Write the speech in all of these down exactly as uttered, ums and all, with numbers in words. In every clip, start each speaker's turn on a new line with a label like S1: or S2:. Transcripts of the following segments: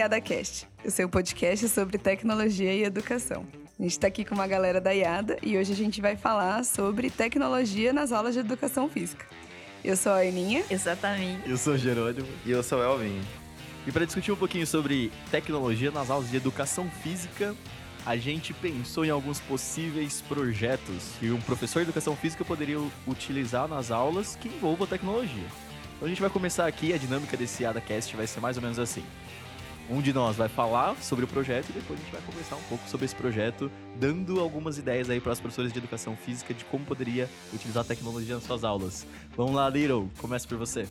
S1: IadaCast, o seu podcast sobre tecnologia e educação. A gente está aqui com uma galera da IADA e hoje a gente vai falar sobre tecnologia nas aulas de educação física. Eu sou a Aninha.
S2: Exatamente.
S3: Eu sou o Jerônimo.
S4: E eu sou o Elvin.
S3: E para discutir um pouquinho sobre tecnologia nas aulas de educação física, a gente pensou em alguns possíveis projetos que um professor de educação física poderia utilizar nas aulas que envolvam tecnologia. Então a gente vai começar aqui, a dinâmica desse IadaCast vai ser mais ou menos assim. Um de nós vai falar sobre o projeto e depois a gente vai conversar um pouco sobre esse projeto, dando algumas ideias aí para os professores de educação física de como poderia utilizar a tecnologia nas suas aulas. Vamos lá, Little, começa por você.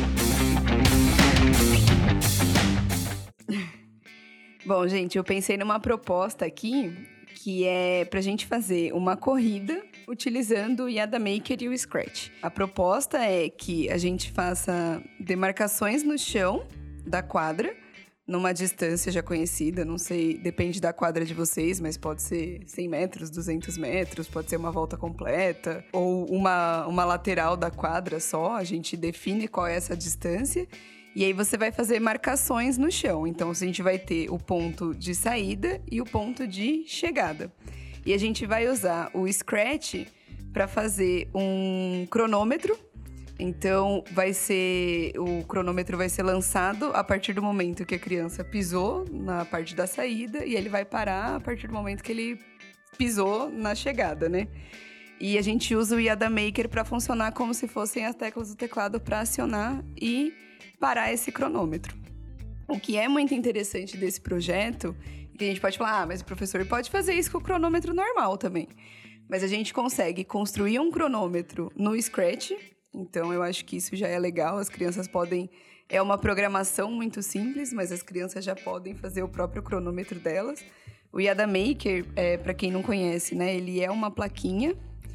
S1: Bom, gente, eu pensei numa proposta aqui que é pra gente fazer uma corrida utilizando o IadaMaker e o Scratch. A proposta é que a gente faça demarcações no chão da quadra, numa distância já conhecida, não sei, depende da quadra de vocês, mas pode ser cem metros, duzentos metros, pode ser uma volta completa, ou uma, uma lateral da quadra só, a gente define qual é essa distância, e aí você vai fazer marcações no chão. Então, a gente vai ter o ponto de saída e o ponto de chegada. E a gente vai usar o Scratch para fazer um cronômetro. Então, vai ser, o cronômetro vai ser lançado a partir do momento que a criança pisou na parte da saída e ele vai parar a partir do momento que ele pisou na chegada, né? E a gente usa o IadaMaker para funcionar como se fossem as teclas do teclado para acionar e parar esse cronômetro. O que é muito interessante desse projeto, que a gente pode falar, ah, mas o professor pode fazer isso com o cronômetro normal também. Mas a gente consegue construir um cronômetro no Scratch. Então, eu acho que isso já é legal. As crianças podem... É uma programação muito simples, mas as crianças já podem fazer o próprio cronômetro delas. O IadaMaker, é, para quem não conhece, né? Ele é uma plaquinha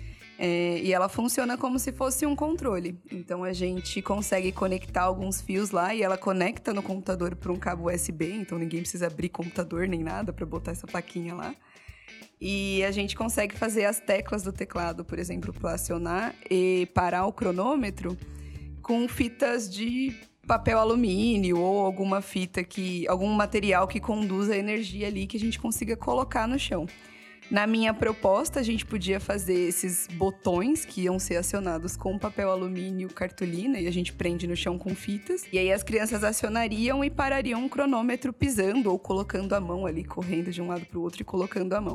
S1: é, e ela funciona como se fosse um controle. Então, a gente consegue conectar alguns fios lá e ela conecta no computador por um cabo U S B. Então, ninguém precisa abrir computador nem nada para botar essa plaquinha lá. E a gente consegue fazer as teclas do teclado, por exemplo, para acionar e parar o cronômetro com fitas de papel alumínio ou alguma fita que, algum material que conduza a energia ali que a gente consiga colocar no chão. Na minha proposta, a gente podia fazer esses botões que iam ser acionados com papel alumínio, cartolina, e a gente prende no chão com fitas. E aí as crianças acionariam e parariam o cronômetro pisando ou colocando a mão ali, correndo de um lado para o outro e colocando a mão.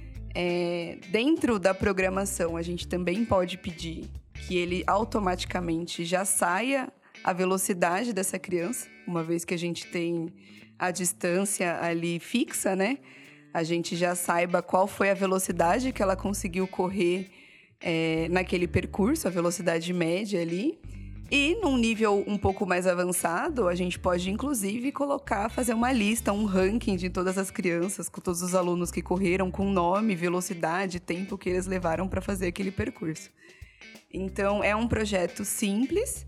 S1: É, dentro da programação, a gente também pode pedir que ele automaticamente já saia a velocidade dessa criança, uma vez que a gente tem a distância ali fixa, né? A gente já saiba qual foi a velocidade que ela conseguiu correr é, naquele percurso, a velocidade média ali. E num nível um pouco mais avançado, a gente pode, inclusive, colocar, fazer uma lista, um ranking de todas as crianças, com todos os alunos que correram, com nome, velocidade, tempo que eles levaram para fazer aquele percurso. Então, é um projeto simples,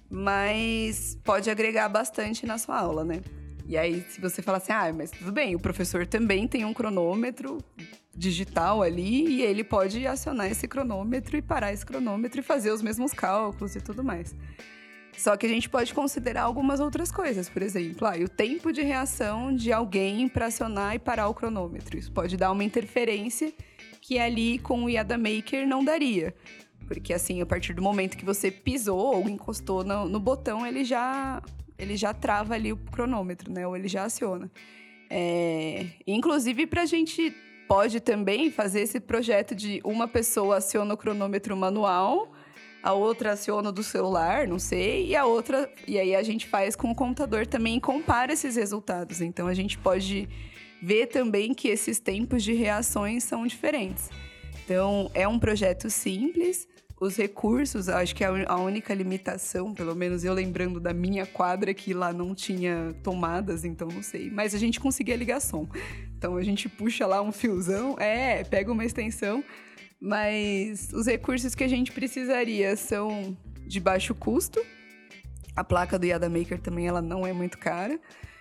S1: mas pode agregar bastante na sua aula, né? E aí, se você falar assim, ah, mas tudo bem, o professor também tem um cronômetro digital ali e ele pode acionar esse cronômetro e parar esse cronômetro e fazer os mesmos cálculos e tudo mais. Só que a gente pode considerar algumas outras coisas, por exemplo, ah, e o tempo de reação de alguém para acionar e parar o cronômetro. Isso pode dar uma interferência que ali com o IadaMaker não daria. Porque assim, a partir do momento que você pisou ou encostou no, no botão, ele já... ele já trava ali o cronômetro, né? Ou ele já aciona. É... Inclusive, para a gente pode também fazer esse projeto de uma pessoa aciona o cronômetro manual, a outra aciona do celular, não sei, e a outra... E aí a gente faz com o computador também e compara esses resultados. Então, a gente pode ver também que esses tempos de reações são diferentes. Então, é um projeto simples. Os recursos, acho que a única limitação, pelo menos eu lembrando da minha quadra, que lá não tinha tomadas, então não sei. Mas a gente conseguia ligar som. Então a gente puxa lá um fiozão, é, pega uma extensão. Mas os recursos que a gente precisaria são de baixo custo. A placa do IadaMaker também, ela não é muito cara.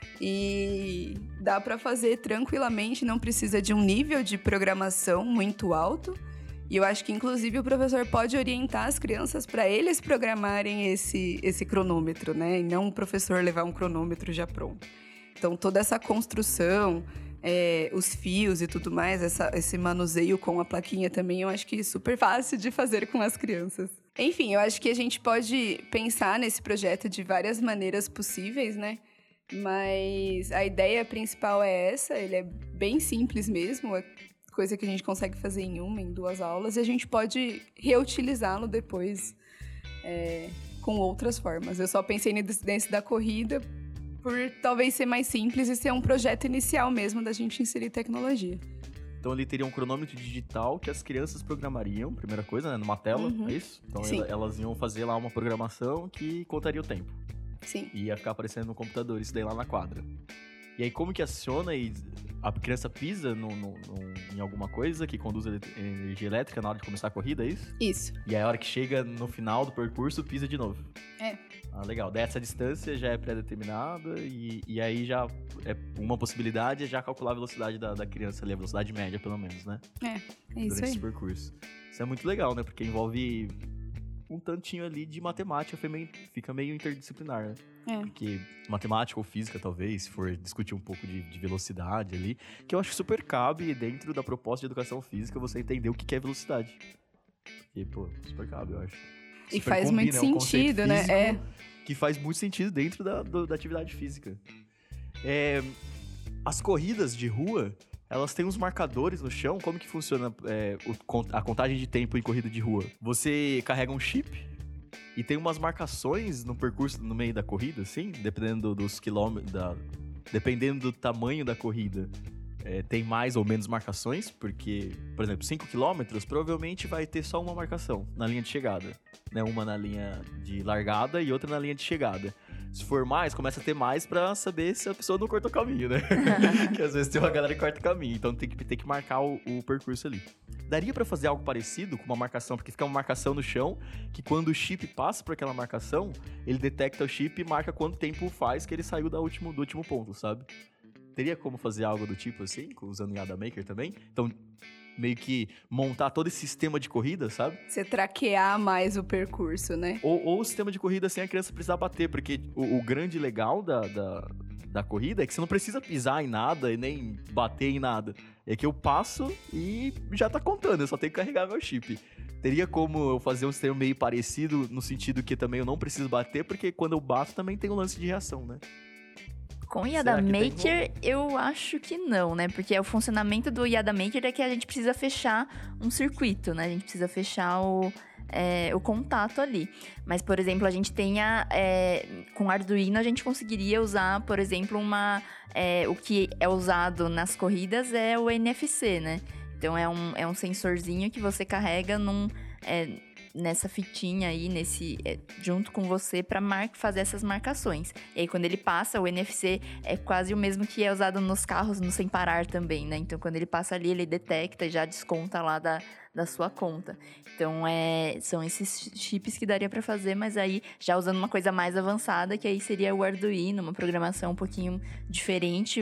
S1: E dá para fazer tranquilamente, não precisa de um nível de programação muito alto. E eu acho que, inclusive, o professor pode orientar as crianças para eles programarem esse, esse cronômetro, né? E não o professor levar um cronômetro já pronto. Então, toda essa construção, é, os fios e tudo mais, essa, esse manuseio com a plaquinha também, eu acho que é super fácil de fazer com as crianças. Enfim, eu acho que a gente pode pensar nesse projeto de várias maneiras possíveis, né? Mas a ideia principal é essa, ele é bem simples mesmo, é coisa que a gente consegue fazer em uma, em duas aulas, e a gente pode reutilizá-lo depois é, com outras formas. Eu só pensei nesse da corrida por talvez ser mais simples e ser um projeto inicial mesmo da gente inserir tecnologia.
S3: Então ele teria um cronômetro digital que as crianças programariam, primeira coisa, né, numa tela,
S1: Uhum.
S3: é isso? Então
S1: Sim.
S3: elas iam fazer lá uma programação que contaria o tempo.
S1: Sim.
S3: E ia ficar aparecendo no computador, isso daí lá na quadra. E aí como que aciona e a criança pisa no, no, no, em alguma coisa que conduz energia elétrica na hora de começar a corrida, é isso?
S1: Isso.
S3: E aí a hora que chega no final do percurso, pisa de novo.
S1: É.
S3: Ah, legal. Dessa distância já é pré-determinada e, e aí já é uma possibilidade é já calcular a velocidade da, da criança ali, a velocidade média pelo menos, né?
S1: É, é isso
S3: Durante
S1: aí.
S3: esse percurso. Isso é muito legal, né? Porque envolve um tantinho ali de matemática, fica meio interdisciplinar, né?
S1: É.
S3: Porque matemática ou física, talvez, se for discutir um pouco de, de velocidade ali, que eu acho que super cabe dentro da proposta de educação física você entender o que é velocidade. Porque, pô, super cabe, eu acho.
S1: E
S3: Super
S1: faz
S3: combina,
S1: muito
S3: é um conceito
S1: sentido, né?
S3: físico
S1: É.
S3: Que faz muito sentido dentro da, do, da atividade física. É, as corridas de rua, elas têm uns marcadores no chão. Como que funciona é, o, a contagem de tempo em corrida de rua? Você carrega um chip e tem umas marcações no percurso, no meio da corrida, assim, dependendo dos quilômetros, da, dependendo do tamanho da corrida. É, tem mais ou menos marcações, porque, por exemplo, cinco quilômetros provavelmente vai ter só uma marcação na linha de chegada, né? Uma na linha de largada e outra na linha de chegada. Se for mais, começa a ter mais pra saber se a pessoa não cortou o caminho, né? Que às vezes tem uma galera que corta o caminho, então tem que, tem que marcar o, o percurso ali. Daria pra fazer algo parecido com uma marcação, porque fica uma marcação no chão, que quando o chip passa por aquela marcação, ele detecta o chip e marca quanto tempo faz que ele saiu da último, do último ponto, sabe? Teria como fazer algo do tipo assim, usando o Yada Maker também? Então, meio que montar todo esse sistema de corrida, sabe?
S1: Você traquear mais o percurso, né?
S3: Ou, ou o sistema de corrida sem a criança precisar bater, porque o, o grande legal da, da, da corrida é que você não precisa pisar em nada e nem bater em nada. É que eu passo e já tá contando, eu só tenho que carregar meu chip. Teria como eu fazer um sistema meio parecido, no sentido que também eu não preciso bater, porque quando eu bato também tem um lance de reação, né?
S2: Com o Yada Maker, eu acho que não, né? Porque o funcionamento do Yada Maker é que a gente precisa fechar um circuito, né? A gente precisa fechar o, é, o contato ali. Mas, por exemplo, a gente tem a... É, com Arduino, a gente conseguiria usar, por exemplo, uma... É, o que é usado nas corridas é o N F C, né? Então, é um, é um sensorzinho que você carrega num... É, nessa fitinha aí, nesse, é, junto com você para mar- fazer essas marcações. E aí, quando ele passa, o N F C é quase o mesmo que é usado nos carros no Sem Parar também, né? Então, quando ele passa ali, ele detecta e já desconta lá da, da sua conta. Então, é, são esses chips que daria para fazer, mas aí, já usando uma coisa mais avançada, que aí seria o Arduino, uma programação um pouquinho diferente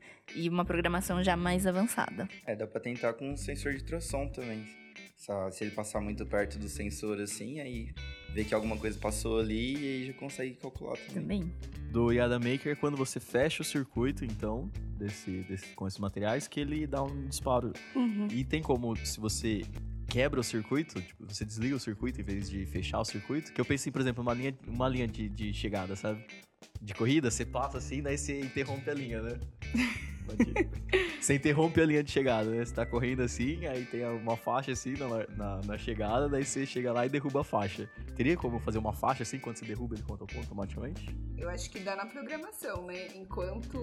S2: e uma programação já mais avançada.
S4: É, dá para tentar com um sensor de tração também. Se ele passar muito perto do sensor assim, aí vê que alguma coisa passou ali e aí já consegue calcular também.
S2: Também.
S3: Do Yada Maker, quando você fecha o circuito, então, desse, desse, com esses materiais, que ele dá um disparo.
S1: Uhum.
S3: E tem como, se você quebra o circuito, tipo, você desliga o circuito em vez de fechar o circuito, que eu pensei, por exemplo, uma linha, uma linha de, de chegada, sabe? De corrida, você passa assim, daí você interrompe a linha, né? Você interrompe a linha de chegada, né? Você tá correndo assim, aí tem uma faixa assim na, na, na chegada, daí você chega lá e derruba a faixa. Teria como fazer uma faixa assim, quando você derruba ele conta o ponto automaticamente?
S1: Eu acho que dá na programação, né? Enquanto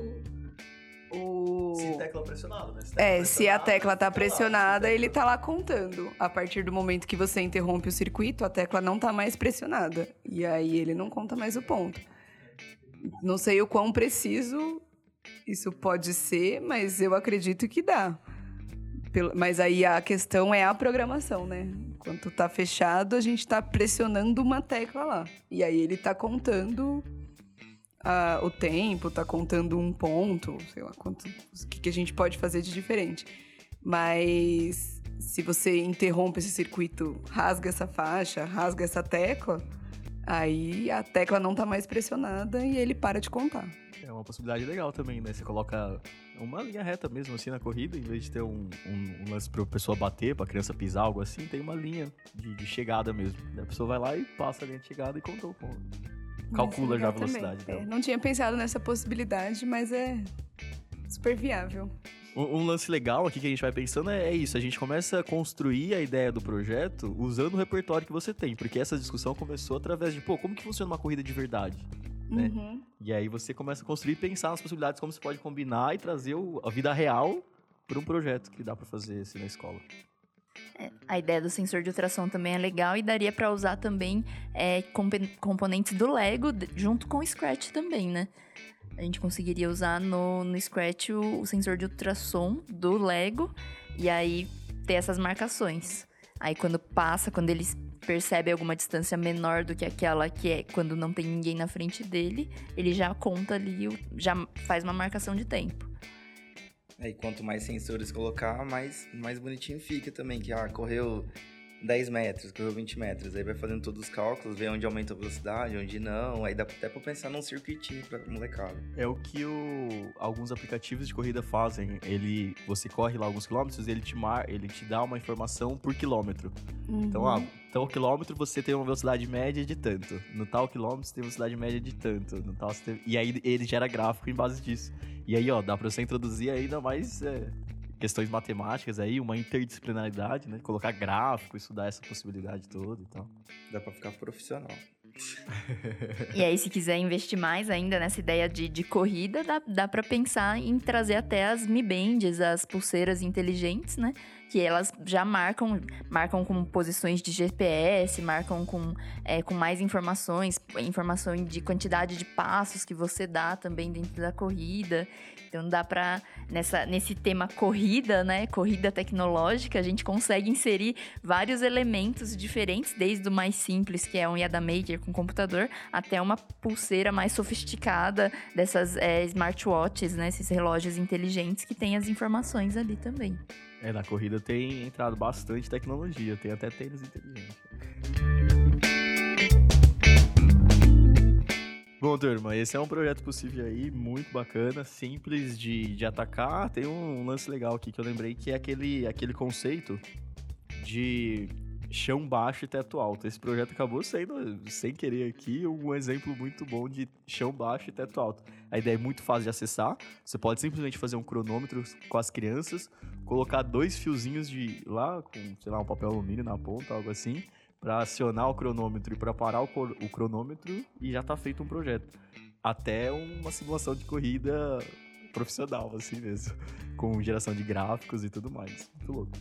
S1: o...
S3: Se tecla pressionada, né? Se
S1: É, se a tecla tá pressionada,
S3: lá,
S1: ele tá lá contando. A partir do momento que você interrompe o circuito, a tecla não tá mais pressionada. E aí ele não conta mais o ponto. Não sei o quão preciso isso pode ser, mas eu acredito que dá. Pelo, mas aí a questão é a programação, né? Enquanto tá fechado, a gente tá pressionando uma tecla lá. E aí ele tá contando a, o tempo, tá contando um ponto, sei lá, quanto, o que, que a gente pode fazer de diferente. Mas se você interrompe esse circuito, rasga essa faixa, rasga essa tecla, aí a tecla não tá mais pressionada e ele para de contar.
S3: É uma possibilidade legal também, né? Você coloca uma linha reta mesmo, assim, na corrida, em vez de ter um, um, um lance pra pessoa bater, pra criança pisar, algo assim, tem uma linha de, de chegada mesmo. A pessoa vai lá e passa a linha de chegada e contou o ponto. Calcula já a velocidade dela.
S1: É, não tinha pensado nessa possibilidade, mas é super viável.
S3: Um, um lance legal aqui que a gente vai pensando é, é isso, a gente começa a construir a ideia do projeto usando o repertório que você tem, porque essa discussão começou através de, pô, como que funciona uma corrida de verdade? Né?
S1: Uhum.
S3: E aí você começa a construir e pensar nas possibilidades, como você pode combinar e trazer o, a vida real para um projeto que dá para fazer assim na escola.
S2: É, a ideia do sensor de ultrassom também é legal e daria para usar também é, comp- componentes do Lego d- junto com o Scratch também, né? A gente conseguiria usar no, no Scratch o, o sensor de ultrassom do Lego e aí ter essas marcações. Aí quando passa, quando eles percebe alguma distância menor do que aquela que é quando não tem ninguém na frente dele, ele já conta ali, já faz uma marcação de tempo.
S4: É, e quanto mais sensores colocar, mais, mais bonitinho fica também, que ah, correu dez metros, correu vinte metros, aí vai fazendo todos os cálculos, vê onde aumenta a velocidade, onde não, aí dá até pra pensar num circuitinho pra molecada.
S3: É o que o, alguns aplicativos de corrida fazem, ele, você corre lá alguns quilômetros e ele te, mar, ele te dá uma informação por quilômetro.
S1: Uhum.
S3: Então, ah, tal quilômetro você tem uma velocidade média de tanto, no tal quilômetro você tem velocidade média de tanto, no tal você tem... e aí ele gera gráfico em base disso. E aí, ó, dá pra você introduzir ainda mais... É... questões matemáticas aí, uma interdisciplinaridade, né? Colocar gráfico, estudar essa possibilidade toda e tal.
S4: Dá pra ficar profissional.
S2: E aí, se quiser investir mais ainda nessa ideia de, de corrida, dá, dá pra pensar em trazer até as Mi Bands, as pulseiras inteligentes, né? Que elas já marcam, marcam com posições de G P S, marcam com, é, com mais informações, informação de quantidade de passos que você dá também dentro da corrida. Então dá pra, nessa, nesse tema corrida, né, corrida tecnológica, a gente consegue inserir vários elementos diferentes, desde o mais simples, que é um Yada Maker com computador, até uma pulseira mais sofisticada dessas é, smartwatches, né, esses relógios inteligentes que tem as informações ali também.
S3: É, na corrida tem entrado bastante tecnologia, tem até tênis inteligente. Bom, turma, esse é um projeto possível aí, muito bacana, simples de, de atacar. Tem um lance legal aqui que eu lembrei, que é aquele, aquele conceito de chão baixo e teto alto. Esse projeto acabou sendo, sem querer aqui, um exemplo muito bom de chão baixo e teto alto. A ideia é muito fácil de acessar. Você pode simplesmente fazer um cronômetro com as crianças, colocar dois fiozinhos de lá, com, sei lá, um papel alumínio na ponta, algo assim, para acionar o cronômetro e para parar o, o cronômetro, e já tá feito um projeto. Até uma simulação de corrida profissional, assim mesmo, com geração de gráficos e tudo mais. Muito louco.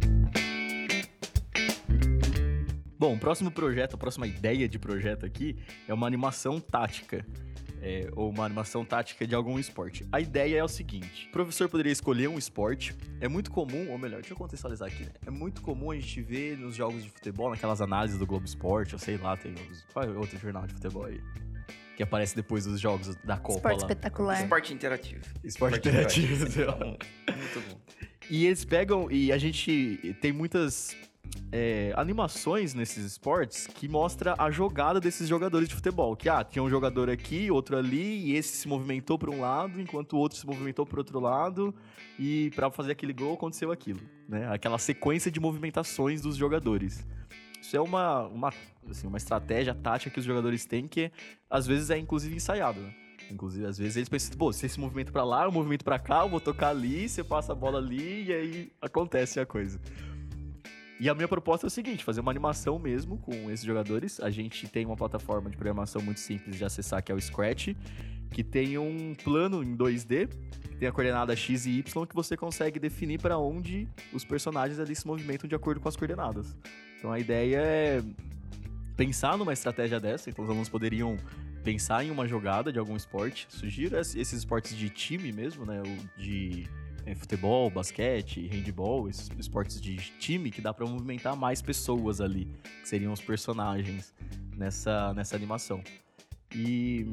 S3: Bom, o próximo projeto, a próxima ideia de projeto aqui é uma animação tática. É, ou uma animação tática de algum esporte. A ideia é o seguinte: o professor poderia escolher um esporte. É muito comum, ou melhor, deixa eu contextualizar aqui, né? É muito comum a gente ver nos jogos de futebol, naquelas análises do Globo Esporte, ou sei lá, tem os, qual é outro jornal de futebol aí? Que aparece depois dos jogos da Copa
S2: Esporte
S3: lá.
S2: espetacular.
S4: Esporte interativo.
S3: Esporte interativo.
S4: Muito bom.
S3: E eles pegam, e a gente tem muitas é, animações nesses esportes que mostra a jogada desses jogadores de futebol. Que, ah, tinha um jogador aqui, outro ali, e esse se movimentou para um lado, enquanto o outro se movimentou para outro lado, e para fazer aquele gol aconteceu aquilo, né? Aquela sequência de movimentações dos jogadores. Isso é uma, uma, assim, uma estratégia tática que os jogadores têm, que às vezes é inclusive ensaiado, né? Inclusive, às vezes eles pensam, pô, você se movimenta pra lá, eu movimento pra cá, eu vou tocar ali, você passa a bola ali, e aí acontece a coisa. E a minha proposta é o seguinte: fazer uma animação mesmo com esses jogadores. A gente tem uma plataforma de programação muito simples de acessar, que é o Scratch, que tem um plano em dois D, que tem a coordenada X e Y, que você consegue definir para onde os personagens ali se movimentam de acordo com as coordenadas. Então a ideia é pensar numa estratégia dessa. Então os alunos poderiam pensar em uma jogada de algum esporte. Sugiro esses esportes de time mesmo, né? O de é, futebol, basquete, handball, esses esportes de time que dá pra movimentar mais pessoas ali, que seriam os personagens nessa, nessa animação. E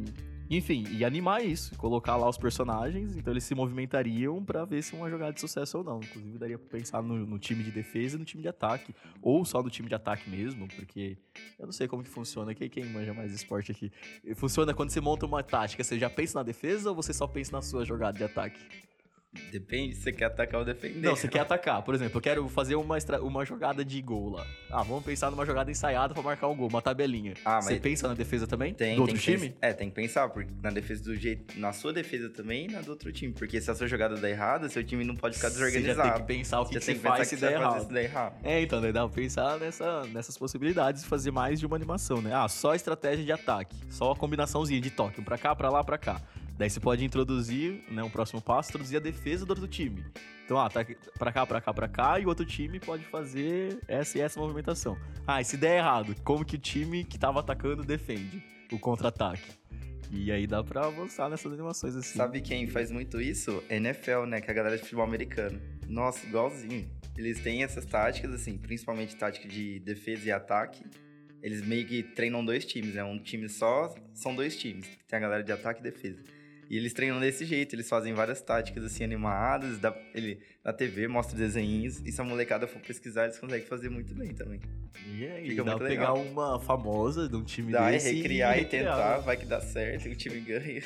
S3: Enfim, e animar isso, colocar lá os personagens, então eles se movimentariam pra ver se é uma jogada de sucesso ou não. Inclusive, daria pra pensar no, no time de defesa e no time de ataque, ou só no time de ataque mesmo, porque eu não sei como que funciona, quem, quem manja mais esporte aqui. Funciona quando você monta uma tática, você já pensa na defesa ou você só pensa na sua jogada de ataque?
S4: Depende se você quer atacar ou defender.
S3: Não, você quer atacar. Por exemplo, eu quero fazer uma, extra... uma jogada de gol lá. Ah, vamos pensar numa jogada ensaiada pra marcar um gol, uma tabelinha. Ah, você mas pensa na defesa também?
S4: Tem,
S3: do outro
S4: tem
S3: time?
S4: Pens... É, tem que pensar, porque na defesa do jeito. Na sua defesa também e na do outro time. Porque se a sua jogada der errada, seu time não pode ficar desorganizado.
S3: Você já tem que pensar o que, que, que você faz se der errado.
S4: der errado.
S3: É, então, daí dá pra pensar nessa, nessas possibilidades de fazer mais de uma animação, né? Ah, só estratégia de ataque. Só a combinaçãozinha de toque. Um pra cá, pra lá, pra cá. Daí você pode introduzir, né, um próximo passo, introduzir a defesa do outro time. Então, ah, tá pra cá, pra cá, pra cá, e o outro time pode fazer essa e essa movimentação. Ah, e se der errado, como que o time que tava atacando defende o contra-ataque? E aí dá pra avançar nessas animações assim.
S4: Sabe quem faz muito isso? N F L, né, que é a galera de futebol americano. Nossa, igualzinho. Eles têm essas táticas, assim, principalmente tática de defesa e ataque. Eles meio que treinam dois times, é né? Um time só, são dois times. Tem a galera de ataque e defesa. E eles treinam desse jeito, eles fazem várias táticas assim animadas, dá, ele, na T V mostra desenhinhos, e se a molecada for pesquisar, eles conseguem fazer muito bem também.
S3: E aí, fica dá pra pegar uma famosa de um time dá, desse
S4: e recriar e, e tentar, vai que dá certo, e o time ganha.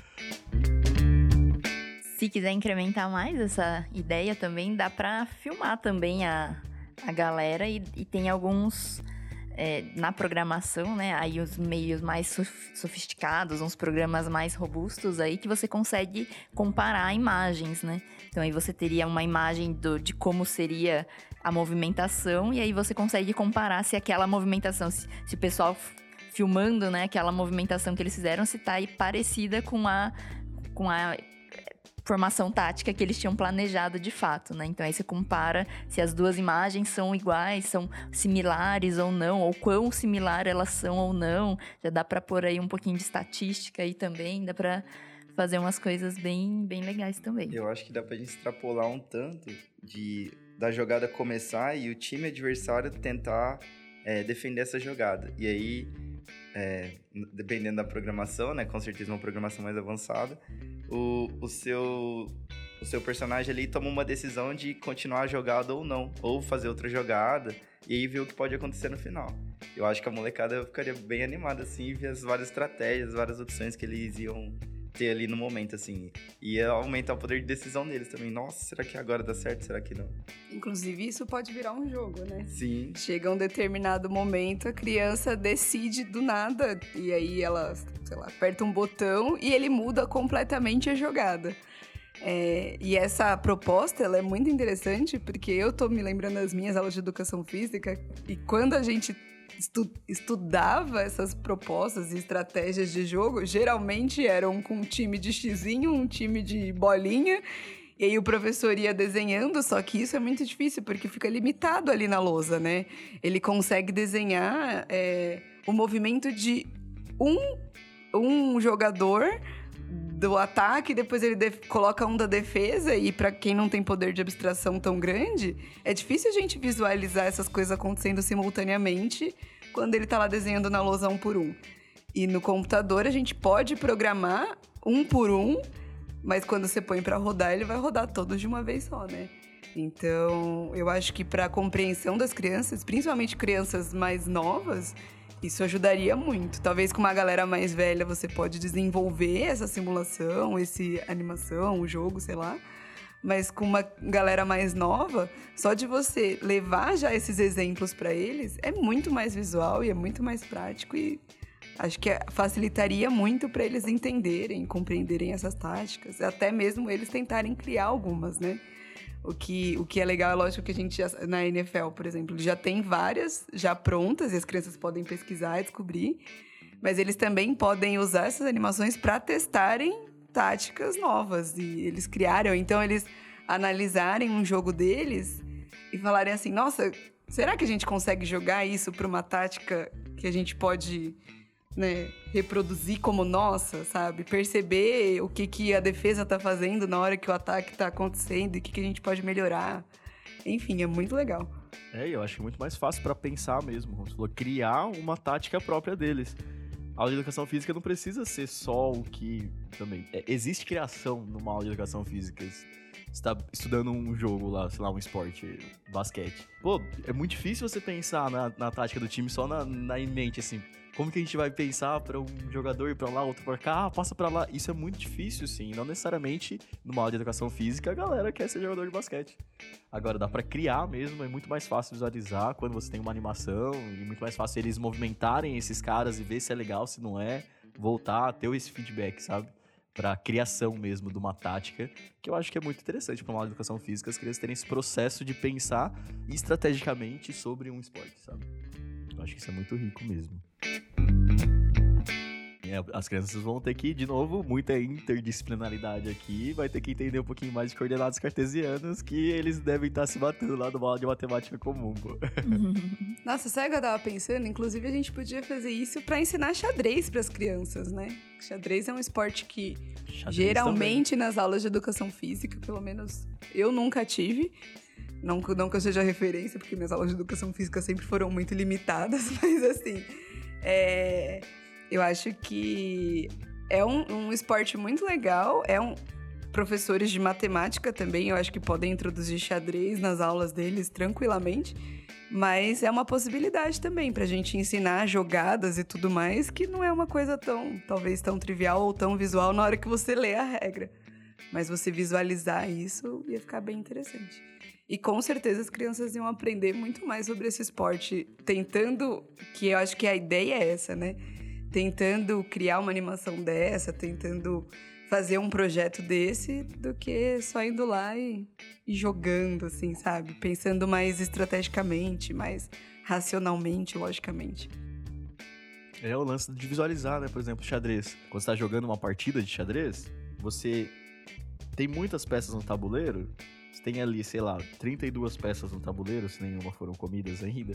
S2: Se quiser incrementar mais essa ideia também, dá pra filmar também a, a galera e, e tem alguns... É, na programação, né, aí os meios mais sofisticados, uns programas mais robustos aí que você consegue comparar imagens, né? Então aí você teria uma imagem do, de como seria a movimentação e aí você consegue comparar se aquela movimentação, se, se o pessoal filmando, né, aquela movimentação que eles fizeram, se tá aí parecida com a, com a formação tática que eles tinham planejado de fato, né? Então aí você compara se as duas imagens são iguais, são similares ou não, ou quão similar elas são ou não. Já dá pra pôr aí um pouquinho de estatística aí também, dá pra fazer umas coisas bem, bem legais também.
S4: Eu acho que dá pra gente extrapolar um tanto de, da jogada começar e o time adversário tentar é, defender essa jogada. E aí, é, dependendo da programação, né? Com certeza uma programação mais avançada, O, o, seu, o seu personagem ali toma uma decisão de continuar a jogada ou não, ou fazer outra jogada, e aí ver o que pode acontecer no final. Eu acho que a molecada ficaria bem animada, assim, e ver as várias estratégias, várias opções que eles iam ter ali no momento, assim. E ia aumentar o poder de decisão deles também. Nossa, será que agora dá certo? Será que não?
S1: Inclusive, isso pode virar um jogo, né?
S4: Sim.
S1: Chega um determinado momento, a criança decide do nada, e aí ela, sei lá, aperta um botão e ele muda completamente a jogada. É, e essa proposta, ela é muito interessante, porque eu tô me lembrando das minhas aulas de educação física, e quando a gente estu- estudava essas propostas e estratégias de jogo, geralmente eram com um time de xizinho, um time de bolinha, e aí o professor ia desenhando, só que isso é muito difícil, porque fica limitado ali na lousa, né? Ele consegue desenhar é, o movimento de um, um jogador do ataque, depois ele def- coloca um da defesa, e para quem não tem poder de abstração tão grande, é difícil a gente visualizar essas coisas acontecendo simultaneamente quando ele tá lá desenhando na lousa um por um. E no computador a gente pode programar um por um, mas quando você põe para rodar, ele vai rodar todos de uma vez só, né? Então, eu acho que para a compreensão das crianças, principalmente crianças mais novas, isso ajudaria muito. Talvez com uma galera mais velha você pode desenvolver essa simulação, esse animação, o jogo, sei lá. Mas com uma galera mais nova, só de você levar já esses exemplos para eles, é muito mais visual e é muito mais prático. E acho que facilitaria muito para eles entenderem, compreenderem essas táticas. Até mesmo eles tentarem criar algumas, né? O que, o que é legal, é lógico que a gente, já, na N F L, por exemplo, já tem várias já prontas e as crianças podem pesquisar e descobrir, mas eles também podem usar essas animações para testarem táticas novas e eles criaram, então eles analisarem um jogo deles e falarem assim, nossa, será que a gente consegue jogar isso para uma tática que a gente pode, né, reproduzir como nossa, sabe? Perceber o que, que a defesa tá fazendo na hora que o ataque tá acontecendo e o que, que a gente pode melhorar. Enfim, é muito legal.
S3: É, eu acho muito mais fácil para pensar mesmo, como você falou, criar uma tática própria deles. a aula de educação física não precisa ser só o que também... É, existe criação numa aula de educação física. Você tá estudando um jogo lá, sei lá, um esporte, basquete. Pô, é muito difícil você pensar na, na tática do time só na, na mente, assim. Como que a gente vai pensar pra um jogador ir pra lá, outro pra cá, ah, passa pra lá. Isso é muito difícil, sim. Não necessariamente numa aula de educação física a galera quer ser jogador de basquete. Agora, dá pra criar mesmo, é muito mais fácil visualizar quando você tem uma animação e muito mais fácil eles movimentarem esses caras e ver se é legal, se não é, voltar, ter esse feedback, sabe? Pra criação mesmo de uma tática, que eu acho que é muito interessante pra uma aula de educação física, as crianças terem esse processo de pensar estrategicamente sobre um esporte, sabe? Eu acho que isso é muito rico mesmo. É, as crianças vão ter que, de novo, muita interdisciplinaridade aqui, vai ter que entender um pouquinho mais de coordenadas cartesianas, que eles devem estar se batendo lá numa aula de matemática comum, pô.
S1: Nossa, sabe o que eu tava pensando? Inclusive, a gente podia fazer isso pra ensinar xadrez pras crianças, né? Xadrez é um esporte que, xadrez geralmente, também. Nas aulas de educação física, pelo menos eu nunca tive. Não, não que eu seja referência, porque minhas aulas de educação física sempre foram muito limitadas, mas assim... É... Eu acho que é um, um esporte muito legal, é um... Professores de matemática também, eu acho que podem introduzir xadrez nas aulas deles tranquilamente, mas é uma possibilidade também pra gente ensinar jogadas e tudo mais, que não é uma coisa tão, talvez tão trivial ou tão visual na hora que você lê a regra. Mas você visualizar isso ia ficar bem interessante. E com certeza as crianças iam aprender muito mais sobre esse esporte, tentando, que eu acho que a ideia é essa, né? Tentando criar uma animação dessa, tentando fazer um projeto desse, do que só indo lá e, e jogando, assim, sabe? Pensando mais estrategicamente, mais racionalmente, logicamente.
S3: É o lance de visualizar, né? Por exemplo, xadrez. Quando você tá jogando uma partida de xadrez, você tem muitas peças no tabuleiro, você tem ali, sei lá, trinta e duas peças no tabuleiro, se nenhuma foram comidas ainda.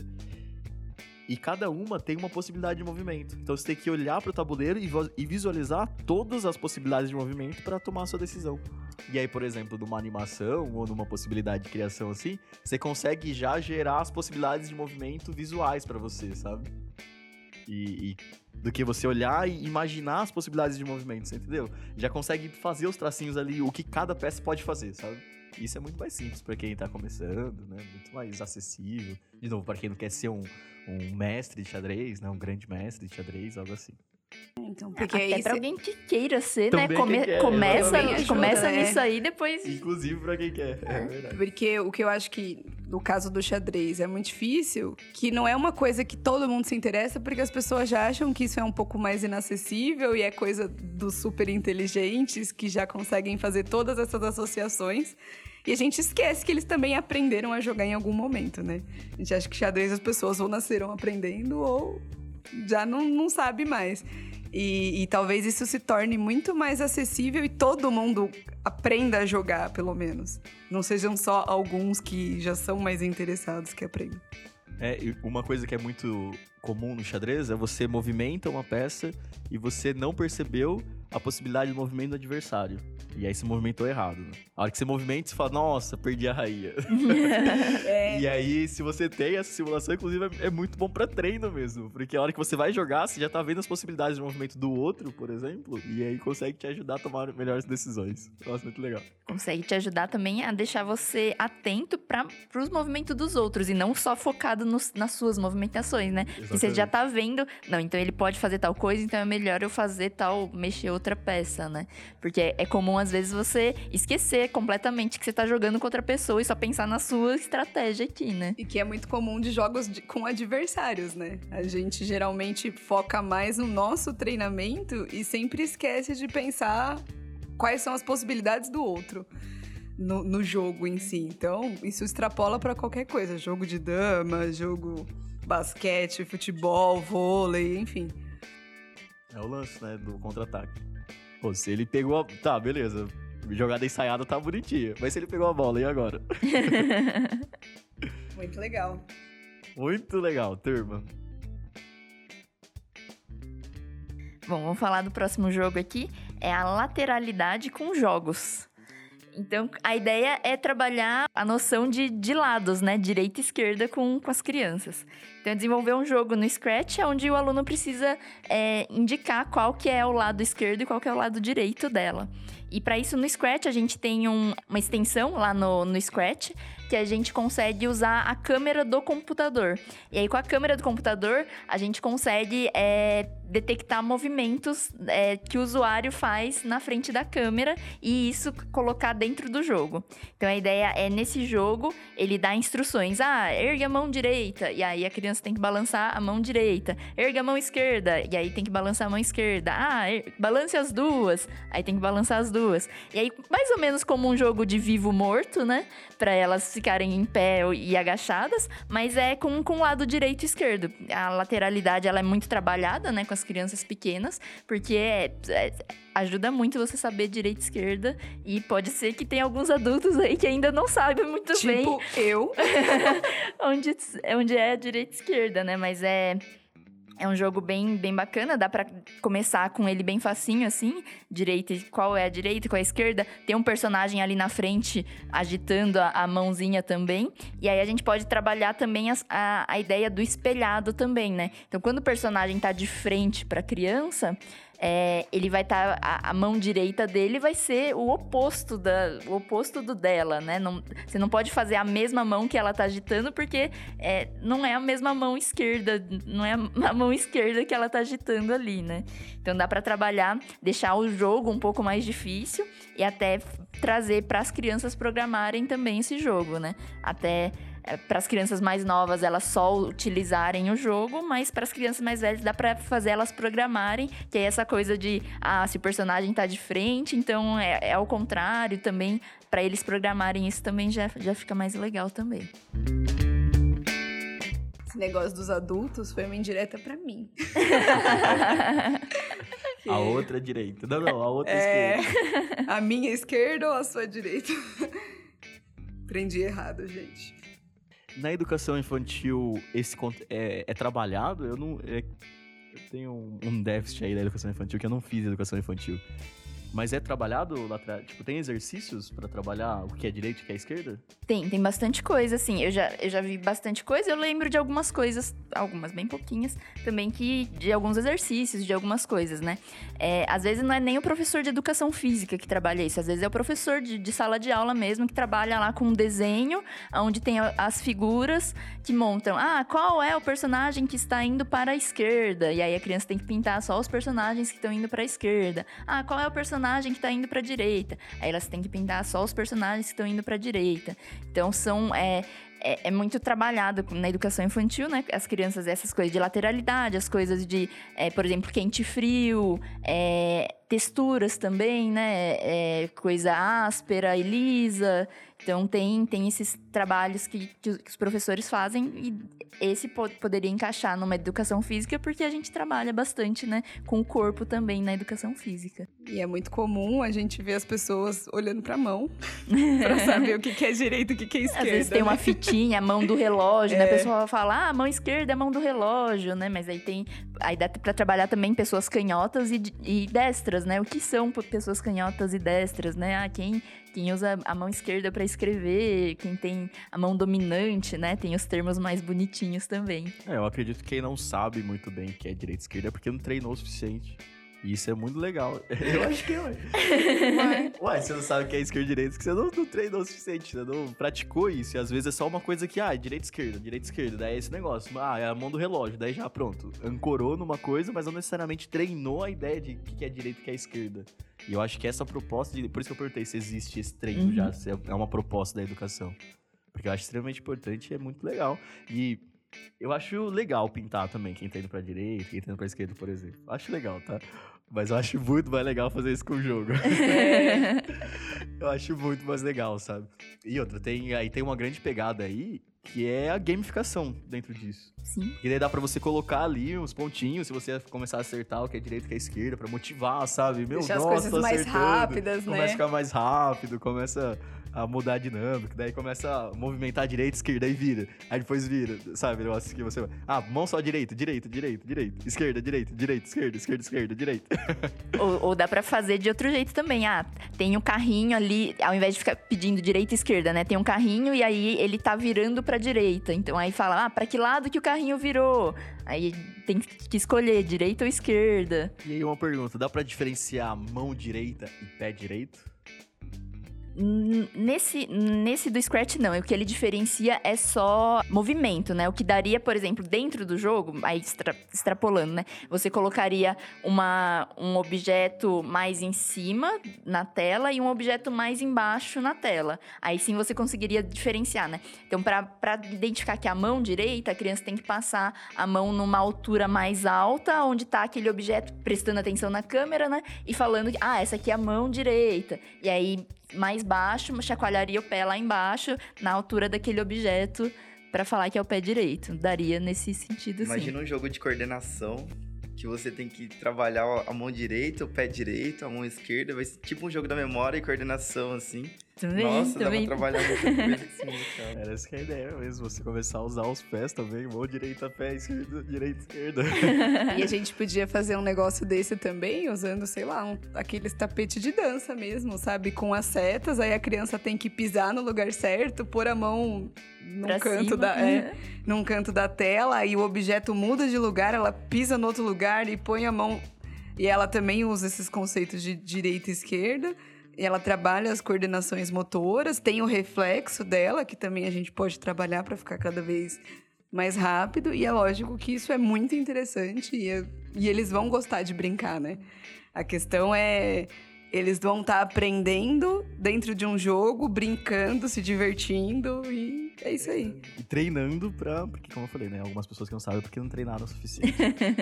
S3: E cada uma tem uma possibilidade de movimento. Então você tem que olhar para o tabuleiro e visualizar todas as possibilidades de movimento para tomar a sua decisão. E aí, por exemplo, numa animação ou numa possibilidade de criação assim, você consegue já gerar as possibilidades de movimento visuais para você, sabe? E, e do que você olhar e imaginar as possibilidades de movimento, você entendeu? Já consegue fazer os tracinhos ali, o que cada peça pode fazer, sabe? Isso é muito mais simples para quem tá começando, né? Muito mais acessível. De novo, para quem não quer ser um, um mestre de xadrez, né? Um grande mestre de xadrez, algo assim.
S1: Então, porque
S2: até
S1: aí
S2: pra
S1: cê...
S2: alguém que queira ser,
S3: também
S2: né? Come...
S3: quer,
S2: começa
S1: ajuda,
S2: começa
S1: né?
S2: nisso aí, depois...
S3: Inclusive pra quem quer, é, é verdade.
S1: Porque o que eu acho que, no caso do xadrez, é muito difícil, que não é uma coisa que todo mundo se interessa, porque as pessoas já acham que isso é um pouco mais inacessível e é coisa dos super inteligentes que já conseguem fazer todas essas associações. E a gente esquece que eles também aprenderam a jogar em algum momento, né? A gente acha que xadrez as pessoas ou nasceram aprendendo ou já não, não sabe mais. E, e talvez isso se torne muito mais acessível e todo mundo aprenda a jogar, pelo menos. Não sejam só alguns que já são mais interessados que aprendem.
S3: É, uma coisa que é muito comum no xadrez é você movimenta uma peça e você não percebeu a possibilidade de movimento do adversário. E aí você movimentou errado, né? A hora que você movimenta, você fala, nossa, perdi a rainha. É. E aí, se você tem essa simulação, inclusive, é muito bom pra treino mesmo. Porque a hora que você vai jogar, você já tá vendo as possibilidades de movimento do outro, por exemplo, e aí consegue te ajudar a tomar melhores decisões. Nossa, muito legal.
S2: Consegue te ajudar também a deixar você atento para os movimentos dos outros e não só focado nos, nas suas movimentações, né? Exatamente. Que você já tá vendo, não, então ele pode fazer tal coisa, então é melhor eu fazer tal, mexer outra peça, né? Porque é, é comum, às vezes, você esquecer completamente que você tá jogando com outra pessoa e só pensar na sua estratégia aqui, né?
S1: E que é muito comum de jogos de, com adversários, né? A gente geralmente foca mais no nosso treinamento e sempre esquece de pensar quais são as possibilidades do outro no, no jogo em si. Então, isso extrapola pra qualquer coisa. Jogo de dama, jogo basquete, futebol, vôlei, enfim.
S3: É o lance, né, do contra-ataque. Pô, se ele pegou a... Tá, beleza. Jogada ensaiada tá bonitinha. Mas se ele pegou a bola, e agora?
S1: Muito legal.
S3: Muito legal, turma.
S2: Bom, vamos falar do próximo jogo aqui. É a lateralidade com jogos. Então, a ideia é trabalhar a noção de, de lados, né? Direita e esquerda com, com as crianças. Então, é desenvolver um jogo no Scratch, onde o aluno precisa é, indicar qual que é o lado esquerdo e qual que é o lado direito dela. E para isso, no Scratch, a gente tem um, uma extensão lá no, no Scratch, que a gente consegue usar a câmera do computador. E aí, com a câmera do computador, a gente consegue é, detectar movimentos é, que o usuário faz na frente da câmera e isso colocar dentro do jogo. Então, a ideia é, nesse jogo, ele dá instruções. Ah, ergue a mão direita. E aí, a criança tem que balançar a mão direita. Ergue a mão esquerda. E aí, tem que balançar a mão esquerda. Ah, er- balance as duas. Aí, tem que balançar as duas. E aí, mais ou menos como um jogo de vivo-morto, né? Para elas ficarem em pé e agachadas, mas é com, com o lado direito e esquerdo. A lateralidade, ela é muito trabalhada, né, com as crianças pequenas, porque é, é, ajuda muito você saber direita e esquerda, e pode ser que tenha alguns adultos aí que ainda não sabem muito
S1: tipo
S2: bem...
S1: Tipo eu.
S2: onde, onde é a direita e esquerda, né, mas é... É um jogo bem, bem bacana, dá pra começar com ele bem facinho, assim. Direita, qual é a direita, qual é a esquerda. Tem um personagem ali na frente agitando a, a mãozinha também. E aí a gente pode trabalhar também as, a, a ideia do espelhado também, né? Então, quando o personagem tá de frente pra criança... É, ele vai estar... Tá, a, a mão direita dele vai ser o oposto, da, o oposto do dela, né? Não, você não pode fazer a mesma mão que ela tá agitando, porque é, não é a mesma mão esquerda, não é a mão esquerda que ela tá agitando ali, né? Então dá pra trabalhar, deixar o jogo um pouco mais difícil e até trazer para as crianças programarem também esse jogo, né? Até... Para as crianças mais novas, elas só utilizarem o jogo, mas para as crianças mais velhas dá para fazer elas programarem, que é essa coisa de, ah, se o personagem tá de frente, então é, é ao contrário também, para eles programarem isso também já, já fica mais legal também.
S1: Esse negócio dos adultos foi uma indireta para mim.
S3: A outra direita. Não, não, a outra
S1: é,
S3: esquerda.
S1: A minha esquerda ou a sua direita? Aprendi errado, gente.
S3: Na educação infantil, esse é, é trabalhado? Eu não... É, eu tenho um, um déficit aí da educação infantil, que eu não fiz educação infantil. Mas é trabalhado lá atrás? Tipo, tem exercícios pra trabalhar o que é direito e o que é esquerda?
S2: Tem, tem bastante coisa, assim. Eu já, eu já vi bastante coisa. Eu lembro de algumas coisas, algumas bem pouquinhas, também que de alguns exercícios, de algumas coisas, né? É, às vezes não é nem o professor de educação física que trabalha isso. Às vezes é o professor de, de sala de aula mesmo, que trabalha lá com um desenho, onde tem as figuras que montam. Ah, qual é o personagem que está indo para a esquerda? E aí a criança tem que pintar só os personagens que estão indo para a esquerda. Ah, qual é o personagem que tá indo pra direita? Aí elas têm que pintar só os personagens que estão indo pra direita. Então, são... É, é, é muito trabalhado na educação infantil, né? As crianças, essas coisas de lateralidade, as coisas de, é, por exemplo, quente e frio, é, texturas também, né? É, coisa áspera e lisa. Então, tem, tem esses trabalhos que, que os professores fazem e esse po- poderia encaixar numa educação física porque a gente trabalha bastante, né? Com o corpo também na educação física.
S1: E é muito comum a gente ver as pessoas olhando pra mão pra saber o que, que é direito e o que, que é esquerda.
S2: Às vezes tem
S1: né?
S2: uma fitinha, a mão do relógio, é. né? A pessoa fala, ah, a mão esquerda é a mão do relógio, né? Mas aí tem... Aí dá pra trabalhar também pessoas canhotas e, e destras, né? O que são pessoas canhotas e destras, né? Ah, quem... Quem usa a mão esquerda para escrever, quem tem a mão dominante, né? Tem os termos mais bonitinhos também.
S3: É, eu acredito que quem não sabe muito bem o que é direita e esquerda é porque não treinou o suficiente. E isso é muito legal. Eu acho que é, ué. Ué, ué você não sabe o que é esquerda e direita, porque você não, não treinou o suficiente, você não praticou isso. E às vezes é só uma coisa que, ah, direita e esquerda, direita e esquerda. Daí é esse negócio. Ah, é a mão do relógio. Daí já, pronto. Ancorou numa coisa, mas não necessariamente treinou a ideia de o que é direita e o que é esquerda. E eu acho que essa proposta, de, por isso que eu perguntei se existe esse treino uhum. já, se é uma proposta da educação. Porque eu acho extremamente importante e é muito legal. E eu acho legal pintar também, quem tá indo pra direita, quem tá indo pra esquerda, por exemplo. Acho legal, tá? Mas eu acho muito mais legal fazer isso com o jogo. É. Eu acho muito mais legal, sabe? E outra, tem, aí tem uma grande pegada aí, que é a gamificação dentro disso.
S2: Sim.
S3: E daí dá pra você colocar ali uns pontinhos, se você começar a acertar o que é direita e o que é esquerda, pra motivar, sabe? Meu,
S1: deixar
S3: nossa,
S1: as coisas mais rápidas,
S3: começa
S1: né?
S3: Começa a ficar mais rápido, começa a mudar a dinâmica, daí começa a movimentar direita, esquerda, aí vira. Aí depois vira, sabe? O negócio que você vai... Ah, mão só direita, direita, direita, direita. Esquerda, direita, direita, esquerda, esquerda, esquerda, direita.
S2: Ou, ou dá pra fazer de outro jeito também. Ah, tem um carrinho ali, ao invés de ficar pedindo direita e esquerda, né? Tem um carrinho e aí ele tá virando pra direita. Então aí fala, ah, pra que lado que o carrinho virou? Aí tem que escolher direita ou esquerda.
S3: E aí uma pergunta, dá pra diferenciar mão direita e pé direito?
S2: Nesse, nesse do Scratch, não. O que ele diferencia é só movimento, né? O que daria, por exemplo, dentro do jogo, aí extra, extrapolando, né? Você colocaria uma, um objeto mais em cima na tela e um objeto mais embaixo na tela. Aí sim você conseguiria diferenciar, né? Então, pra, pra identificar que a mão direita, a criança tem que passar a mão numa altura mais alta, onde tá aquele objeto, prestando atenção na câmera, né? E falando que, ah, essa aqui é a mão direita. E aí... mais baixo, chacoalharia o pé lá embaixo, na altura daquele objeto, pra falar que é o pé direito. Daria nesse sentido, sim.
S4: Imagina um jogo de coordenação, que você tem que trabalhar a mão direita, o pé direito, a mão esquerda. Vai ser tipo um jogo da memória e coordenação, assim.
S2: Também,
S4: Nossa,
S2: também.
S4: dá pra trabalhar muita coisa assim, cara.
S3: Era essa que é a ideia mesmo, você começar a usar os pés também, mão direita, pé, esquerda, direita, esquerda.
S1: E a gente podia fazer um negócio desse também, usando, sei lá, um, aqueles tapetes de dança mesmo, sabe? Com as setas, aí a criança tem que pisar no lugar certo, pôr a mão num
S2: Pra
S1: canto
S2: cima,
S1: da,
S2: né?
S1: é, num canto da tela, e o objeto muda de lugar, ela pisa no outro lugar e põe a mão... E ela também usa esses conceitos de direita e esquerda. Ela trabalha as coordenações motoras, tem o reflexo dela, que também a gente pode trabalhar para ficar cada vez mais rápido. E é lógico que isso é muito interessante e, é, e eles vão gostar de brincar, né? A questão é... Eles vão estar tá aprendendo dentro de um jogo, brincando, se divertindo e é isso aí.
S3: E treinando pra... Porque, como eu falei, né? Algumas pessoas que não sabem porque não treinaram o suficiente.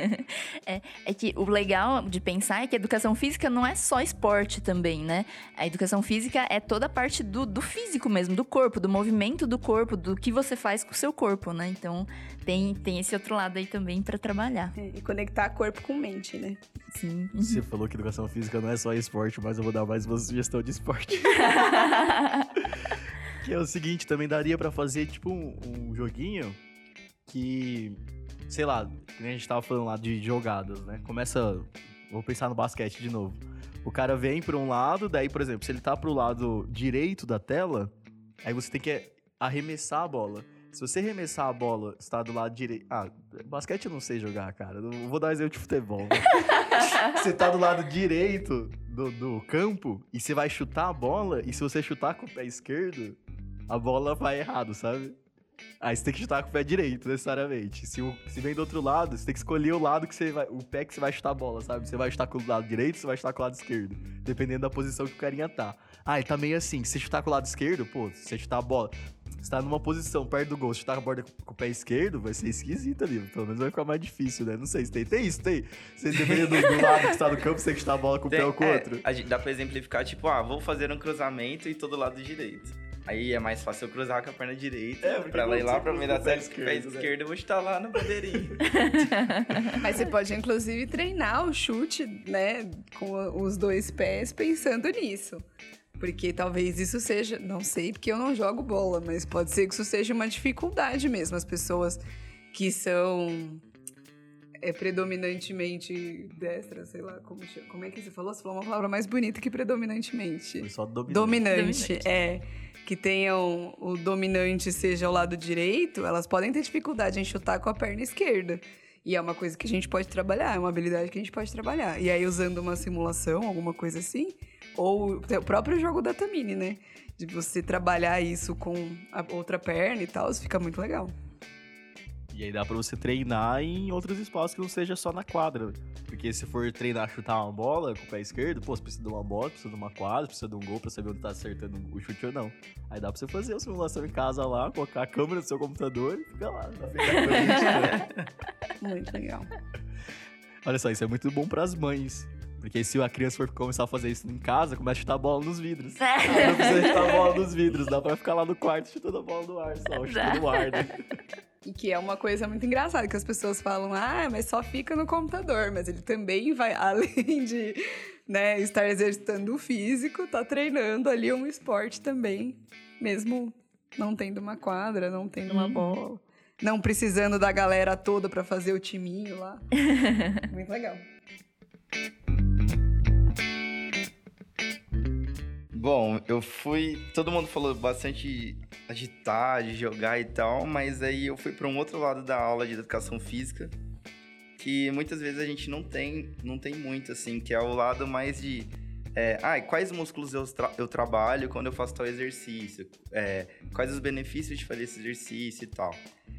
S2: é, é que o legal de pensar é que a educação física não é só esporte também, né? A educação física é toda a parte do, do físico mesmo, do corpo, do movimento do corpo, do que você faz com o seu corpo, né? Então, tem, tem esse outro lado aí também pra trabalhar.
S1: É, e conectar corpo com mente, né?
S2: Sim.
S3: Você falou que educação física não é só esporte, mas eu vou dar mais uma sugestão de esporte. Que é o seguinte, também daria pra fazer tipo um, um joguinho que, sei lá, que nem a gente tava falando lá de jogadas, né? Começa, vou pensar no basquete de novo. O cara vem pra um lado, daí, por exemplo, se ele tá pro lado direito da tela, aí você tem que arremessar a bola. Se você arremessar a bola, está do lado direito... Ah, basquete eu não sei jogar, cara. Eu vou dar um exemplo de futebol. Né? Você tá do lado direito do, do campo e você vai chutar a bola, e se você chutar com o pé esquerdo, a bola vai errado, sabe? Aí você tem que chutar com o pé direito, necessariamente. Se, o, se vem do outro lado, você tem que escolher o lado que você vai... O pé que você vai chutar a bola, sabe? Você vai chutar com o lado direito, você vai chutar com o lado esquerdo. Dependendo da posição que o carinha tá. Ah, ele tá meio assim. Se você chutar com o lado esquerdo, pô, se você chutar a bola... Você tá numa posição perto do gol, chutar a bola com o pé esquerdo, vai ser esquisito ali. Pelo menos vai ficar mais difícil, né? Não sei se tem. Tem isso, tem. Você dependendo do, do lado que está no campo, você tem que chutar a bola com
S4: tem,
S3: o pé ou com o
S4: é,
S3: outro.
S4: A gente dá pra exemplificar, tipo, ah, vou fazer um cruzamento e todo lado direito. Aí é mais fácil eu cruzar com a perna direita,
S3: é,
S4: pra ela ir lá, pra me dar certo com o pé
S3: esquerdo,
S4: esquerdo, eu vou chutar lá no bandeirinho.
S1: Mas você pode, inclusive, treinar o chute, né, com os dois pés, pensando nisso. Porque talvez isso seja, não sei, porque eu não jogo bola, mas pode ser que isso seja uma dificuldade mesmo. As pessoas que são é, predominantemente destras, sei lá, como, como é que você falou? Você falou uma palavra mais bonita que predominantemente.
S3: Foi só dominante.
S1: Dominante,
S2: Dominante.
S1: é. Que tenham o dominante seja o lado direito, elas podem ter dificuldade em chutar com a perna esquerda. E é uma coisa que a gente pode trabalhar, é uma habilidade que a gente pode trabalhar. E aí, usando uma simulação, alguma coisa assim, ou o próprio jogo da Tamini, né? De você trabalhar isso com a outra perna e tal, isso fica muito legal.
S3: E aí dá pra você treinar em outros espaços que não seja só na quadra. Porque se for treinar chutar uma bola com o pé esquerdo, pô, você precisa de uma bola, precisa de uma quadra, precisa de um gol pra saber onde tá acertando o chute ou não. Aí dá pra você fazer a simulação em casa lá, colocar a câmera no seu computador e ficar lá na frente da câmera.
S1: Muito legal.
S3: Olha só, isso é muito bom pras mães. Porque se a criança for começar a fazer isso em casa, começa a chutar a bola nos vidros. Aí não precisa chutar a bola nos vidros, dá pra ficar lá no quarto chutando a bola no ar só, chutando no ar, né?
S1: E que é uma coisa muito engraçada, que as pessoas falam, ah, mas só fica no computador. Mas ele também vai, além de né, estar exercitando o físico, tá treinando ali um esporte também, mesmo não tendo uma quadra, não tendo uma
S2: Uhum.
S1: bola, não precisando da galera toda pra fazer o timinho lá. Muito legal.
S4: Bom, eu fui... Todo mundo falou bastante agitar, de jogar e tal, mas aí eu fui para um outro lado da aula de educação física, que muitas vezes a gente não tem, não tem muito, assim, que é o lado mais de... É, ah, quais músculos eu, tra- eu trabalho quando eu faço tal exercício? É, quais os benefícios de fazer esse exercício e tal?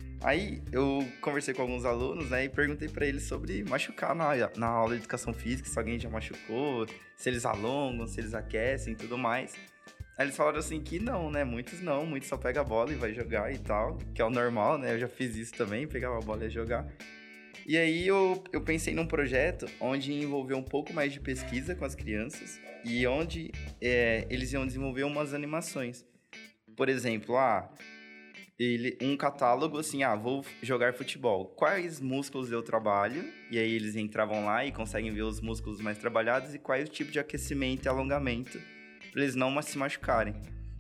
S4: Aí eu conversei com alguns alunos, né, e perguntei para eles sobre machucar na, na aula de educação física, se alguém já machucou, se eles alongam, se eles aquecem e tudo mais. Aí eles falaram assim que não, né, muitos não, muitos só pegam a bola e vai jogar e tal, que é o normal, né, eu já fiz isso também, pegava a bola e ia jogar. E aí eu, eu pensei num projeto onde envolveu um pouco mais de pesquisa com as crianças e onde é, eles iam desenvolver umas animações. Por exemplo, ah... Ele, um catálogo assim, ah, vou jogar futebol. Quais músculos eu trabalho? E aí eles entravam lá e conseguem ver os músculos mais trabalhados e quais o tipo de aquecimento e alongamento para eles não se machucarem.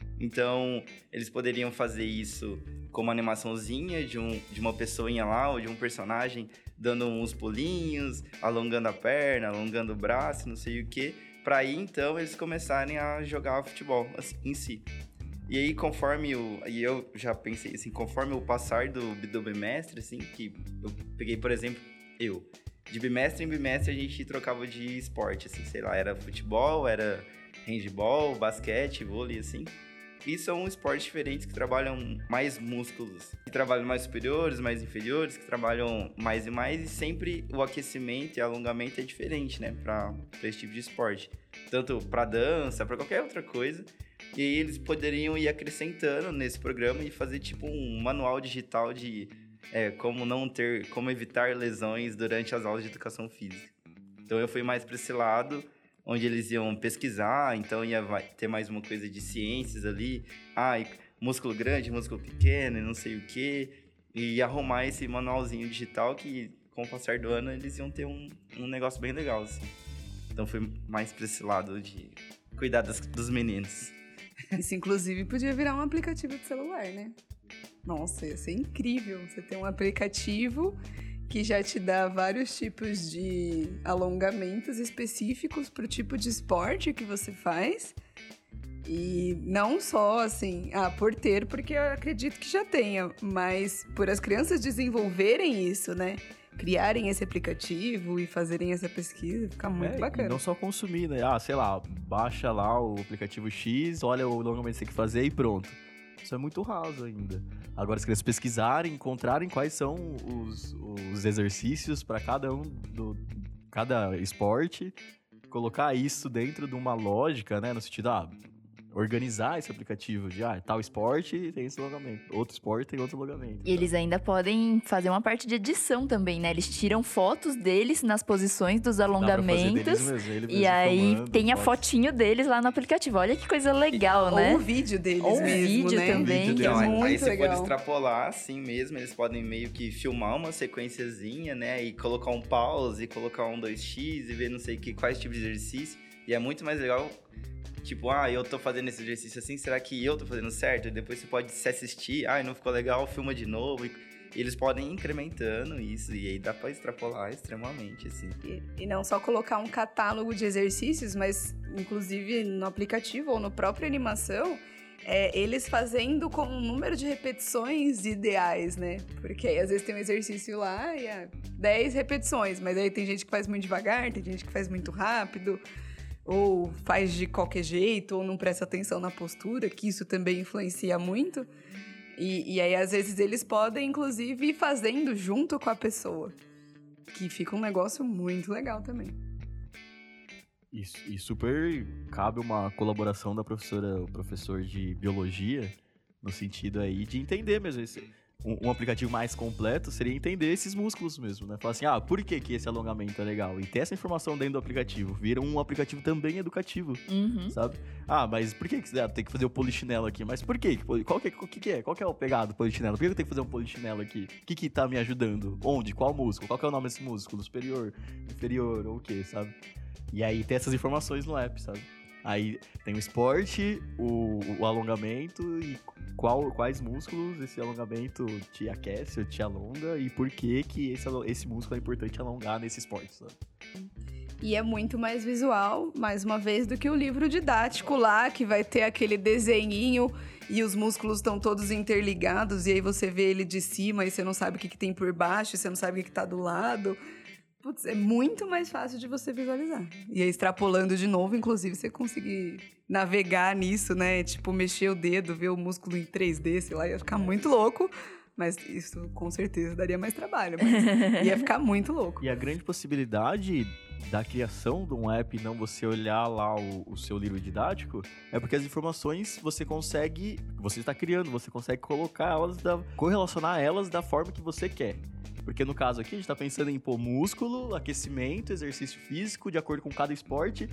S4: Então, eles poderiam fazer isso com uma animaçãozinha de, um, de uma pessoinha lá ou de um personagem dando uns pulinhos, alongando a perna, alongando o braço, não sei o que, para aí então eles começarem a jogar futebol assim, em si. E aí, conforme o... E eu já pensei, assim, conforme o passar do, do bimestre, assim, que eu peguei, por exemplo, eu. De bimestre em bimestre, a gente trocava de esporte, assim, sei lá, era futebol, era handball, basquete, vôlei, assim. E são esportes diferentes que trabalham mais músculos. Que trabalham mais superiores, mais inferiores, que trabalham mais e mais. E sempre o aquecimento e alongamento é diferente, né, pra, pra esse tipo de esporte. Tanto pra dança, pra qualquer outra coisa. E aí eles poderiam ir acrescentando nesse programa e fazer tipo um manual digital de é, como não ter, como evitar lesões durante as aulas de educação física. Então eu fui mais para esse lado, onde eles iam pesquisar, então ia ter mais uma coisa de ciências ali, ah, músculo grande, músculo pequeno, e não sei o quê, e arrumar esse manualzinho digital que com o passar do ano eles iam ter um, um negócio bem legal, assim. Então foi mais para esse lado de cuidar dos, dos meninos.
S1: Isso, inclusive, podia virar um aplicativo de celular, né? Nossa, ia ser incrível você ter um aplicativo que já te dá vários tipos de alongamentos específicos para o tipo de esporte que você faz. E não só, assim, ah, por ter, porque eu acredito que já tenha, mas por as crianças desenvolverem isso, né? Criarem esse aplicativo e fazerem essa pesquisa, fica muito
S3: é,
S1: bacana.
S3: E não só consumir, né? Ah, sei lá, baixa lá o aplicativo X, olha o alongamento que você tem que fazer e pronto. Isso é muito raso ainda. Agora, as crianças pesquisarem, encontrarem quais são os, os exercícios para cada um, do, cada esporte, colocar isso dentro de uma lógica, né? No sentido, ah, organizar esse aplicativo de, ah, tal esporte tem esse alongamento, outro esporte tem outro alongamento.
S2: E eles ainda podem fazer uma parte de edição também, né? Eles tiram fotos deles nas posições dos alongamentos.
S3: Mesmo, ele
S2: e
S3: mesmo
S2: aí
S3: filmando,
S2: tem a
S3: pode...
S2: fotinho deles lá no aplicativo. Olha que coisa legal,
S1: Ou
S2: né?
S1: Ou o vídeo deles
S2: Ou
S1: mesmo,
S2: vídeo
S1: né?
S2: também,
S1: Vídeo
S2: que é
S1: deles.
S2: muito
S4: aí você
S1: legal.
S4: pode extrapolar assim mesmo, eles podem meio que filmar uma sequenciazinha, né? E colocar um pause, colocar um dois x e ver não sei que, quais tipos de exercício. E é muito mais legal... Tipo, ah, eu tô fazendo esse exercício assim, será que eu tô fazendo certo? E depois você pode se assistir, ah, não ficou legal, filma de novo. E eles podem ir incrementando isso, e aí dá pra extrapolar extremamente, assim.
S1: E, e não só colocar um catálogo de exercícios, mas inclusive no aplicativo ou no próprio animação, é, eles fazendo com um número de repetições ideais, né? Porque aí às vezes tem um exercício lá e é dez repetições, mas aí tem gente que faz muito devagar, tem gente que faz muito rápido... ou faz de qualquer jeito, ou não presta atenção na postura, que isso também influencia muito. E, e aí, às vezes, eles podem, inclusive, ir fazendo junto com a pessoa. Que fica um negócio muito legal também.
S3: Isso, e super cabe uma colaboração da professora, o professor de biologia, no sentido aí de entender mesmo esse... Um, um aplicativo mais completo seria entender esses músculos mesmo, né? Falar assim, ah, por que, que esse alongamento é legal? E ter essa informação dentro do aplicativo. Vira um aplicativo também educativo,
S2: Uhum.
S3: sabe? Ah, mas por que, que você ah, tem que fazer o polichinelo aqui? Mas por quê? Qual que, que, que é? Qual que é o pegado do polichinelo? Por que eu tenho que fazer um polichinelo aqui? O que que tá me ajudando? Onde? Qual músculo? Qual que é o nome desse músculo? Superior? Inferior? Ou o quê, sabe? E aí tem essas informações no app, sabe? Aí tem o esporte, o, o alongamento e qual, quais músculos esse alongamento te aquece ou te alonga e por que que esse, esse músculo é importante alongar nesse esporte, sabe?
S1: E é muito mais visual, mais uma vez, do que o livro didático lá, que vai ter aquele desenhinho e os músculos estão todos interligados, e aí você vê ele de cima e você não sabe o que, que tem por baixo, e você não sabe o que, que tá do lado. Putz, é muito mais fácil de você visualizar. E aí, extrapolando de novo, inclusive, você conseguir navegar nisso, né? Tipo, mexer o dedo, ver o músculo em três D, sei lá, ia ficar muito louco. Mas isso, com certeza, daria mais trabalho. Mas ia ficar muito louco.
S3: E a grande possibilidade da criação de um app e não você olhar lá o, o seu livro didático é porque as informações você consegue, você está criando, você consegue colocar elas, da, correlacionar elas da forma que você quer. Porque no caso aqui a gente está pensando em pôr músculo, aquecimento, exercício físico de acordo com cada esporte.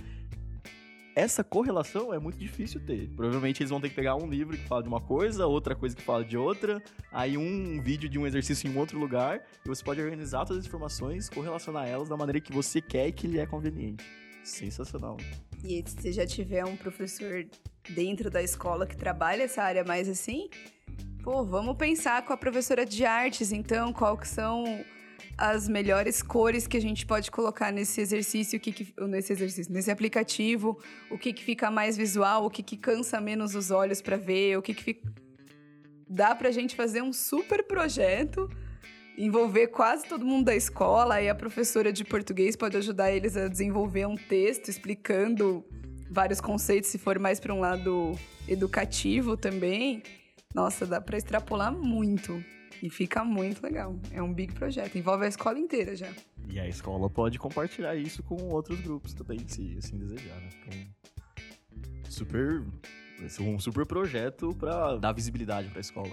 S3: Essa correlação é muito difícil ter. Provavelmente eles vão ter que pegar um livro que fala de uma coisa, outra coisa que fala de outra, aí um vídeo de um exercício em outro lugar, e você pode organizar todas as informações, correlacionar elas da maneira que você quer e que lhe é conveniente. Sensacional.
S1: E se você já tiver um professor dentro da escola que trabalha essa área mais assim, pô, vamos pensar com a professora de artes, então, qual que são as melhores cores que a gente pode colocar nesse exercício, o que que, nesse exercício, nesse aplicativo, o que que fica mais visual, o que que cansa menos os olhos para ver, o que que fica... Dá pra gente fazer um super projeto, envolver quase todo mundo da escola, e a professora de português pode ajudar eles a desenvolver um texto explicando vários conceitos, se for mais para um lado educativo também. Nossa, dá pra extrapolar muito. E fica muito legal. É um big projeto. Envolve a escola inteira já.
S3: E a escola pode compartilhar isso com outros grupos também, se assim desejar, né? Então, super, um super projeto para dar visibilidade para a escola.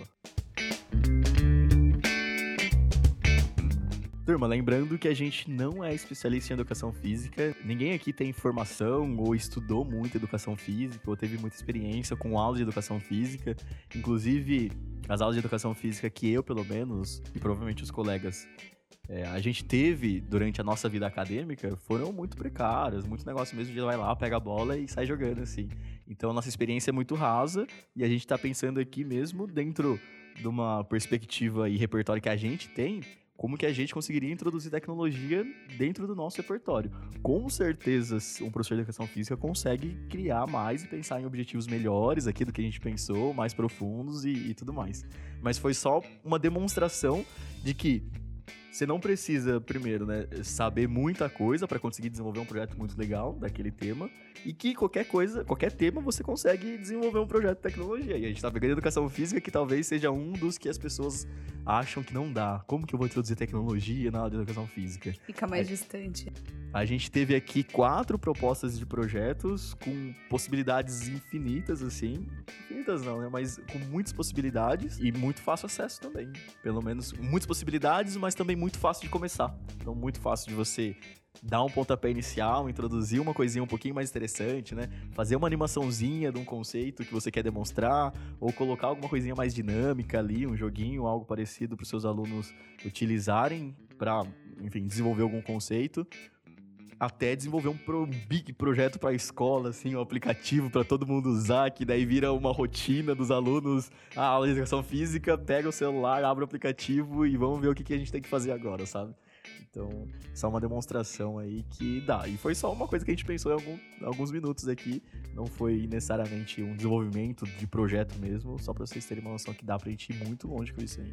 S3: Turma, lembrando que a gente não é especialista em educação física. Ninguém aqui tem formação ou estudou muito educação física ou teve muita experiência com aulas de educação física. Inclusive, as aulas de educação física que eu, pelo menos, e provavelmente os colegas, é, a gente teve durante a nossa vida acadêmica, foram muito precárias, muito negócio mesmo de vai lá, pega a bola e sai jogando, assim. Então, a nossa experiência é muito rasa e a gente tá pensando aqui mesmo dentro de uma perspectiva e repertório que a gente tem, como que a gente conseguiria introduzir tecnologia dentro do nosso repertório. Com certeza, um professor de educação física consegue criar mais e pensar em objetivos melhores aqui do que a gente pensou, mais profundos e, e tudo mais. Mas foi só uma demonstração de que você não precisa, primeiro, né, saber muita coisa para conseguir desenvolver um projeto muito legal daquele tema, e que qualquer coisa, qualquer tema, você consegue desenvolver um projeto de tecnologia. E a gente tá pegando educação física, que talvez seja um dos que as pessoas acham que não dá. Como que eu vou introduzir tecnologia na aula de educação física?
S1: Fica mais é. distante.
S3: A gente teve aqui quatro propostas de projetos com possibilidades infinitas, assim. Infinitas não, né? Mas com muitas possibilidades e muito fácil acesso também. Pelo menos muitas possibilidades, mas também muito fácil de começar. Então, muito fácil de você dar um pontapé inicial, introduzir uma coisinha um pouquinho mais interessante, né? Fazer uma animaçãozinha de um conceito que você quer demonstrar, ou colocar alguma coisinha mais dinâmica ali, um joguinho, algo parecido para os seus alunos utilizarem para, enfim, desenvolver algum conceito. Até desenvolver um, pro, um big projeto para a escola, assim, um aplicativo para todo mundo usar, que daí vira uma rotina dos alunos. A aula de educação física, pega o celular, abre o aplicativo e vamos ver o que, que a gente tem que fazer agora, sabe? Então, só uma demonstração aí que dá. E foi só uma coisa que a gente pensou em algum, alguns minutos aqui. Não foi necessariamente um desenvolvimento de projeto mesmo, só para vocês terem uma noção que dá pra gente ir muito longe com isso aí.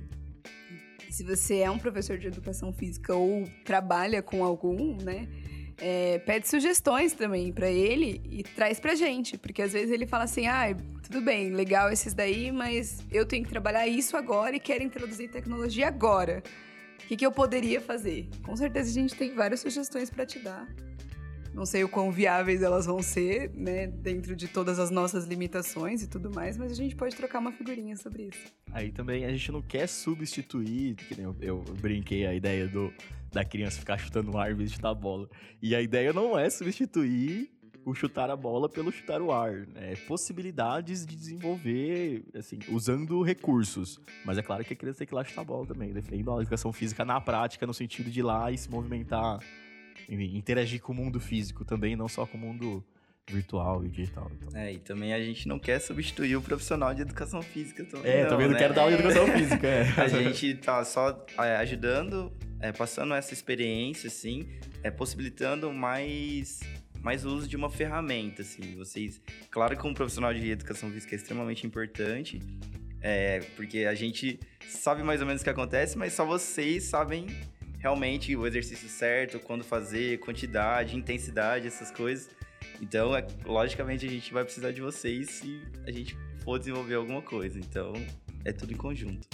S1: Se você é um professor de educação física ou trabalha com algum, né? É, pede sugestões também pra ele e traz pra gente, porque às vezes ele fala assim, ah, tudo bem, legal esses daí, mas eu tenho que trabalhar isso agora e quero introduzir tecnologia agora. O que, que eu poderia fazer? Com certeza a gente tem várias sugestões pra te dar. Não sei o quão viáveis elas vão ser, né, dentro de todas as nossas limitações e tudo mais, mas a gente pode trocar uma figurinha sobre isso.
S3: Aí também a gente não quer substituir, que nem eu, eu brinquei a ideia do, da criança ficar chutando o ar em vez de chutar a bola. E a ideia não é substituir o chutar a bola pelo chutar o ar. É possibilidades de desenvolver, assim, usando recursos. Mas é claro que a criança tem que ir lá chutar a bola também. Defendo a educação física na prática, no sentido de ir lá e se movimentar enfim, interagir com o mundo físico também, não só com o mundo virtual e digital. Então.
S4: É, e também a gente não quer substituir o profissional de educação física também.
S3: É,
S4: não,
S3: também não
S4: né?
S3: quero dar aula de educação física. É.
S4: A gente tá só é, ajudando, é, passando essa experiência, assim, é, possibilitando mais, mais uso de uma ferramenta, assim. Vocês, claro que um profissional de educação física é extremamente importante, é, porque a gente sabe mais ou menos o que acontece, mas só vocês sabem realmente o exercício certo, quando fazer, quantidade, intensidade, essas coisas. Então, é, logicamente, a gente vai precisar de vocês se a gente for desenvolver alguma coisa. Então, é tudo em conjunto.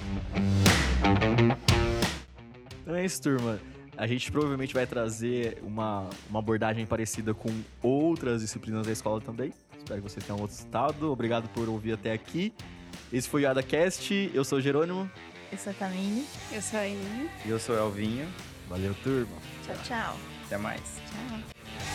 S3: Então é isso, turma. A gente provavelmente vai trazer uma, uma abordagem parecida com outras disciplinas da escola também. Espero que vocês tenham gostado. Obrigado por ouvir até aqui. Esse foi o IadaCast. Eu sou o Jerônimo.
S2: Eu sou a Tamine.
S1: Eu sou a Aninha.
S4: E eu sou o Elvinho.
S3: Valeu, turma.
S2: Tchau, tchau.
S4: Até mais.
S2: Tchau.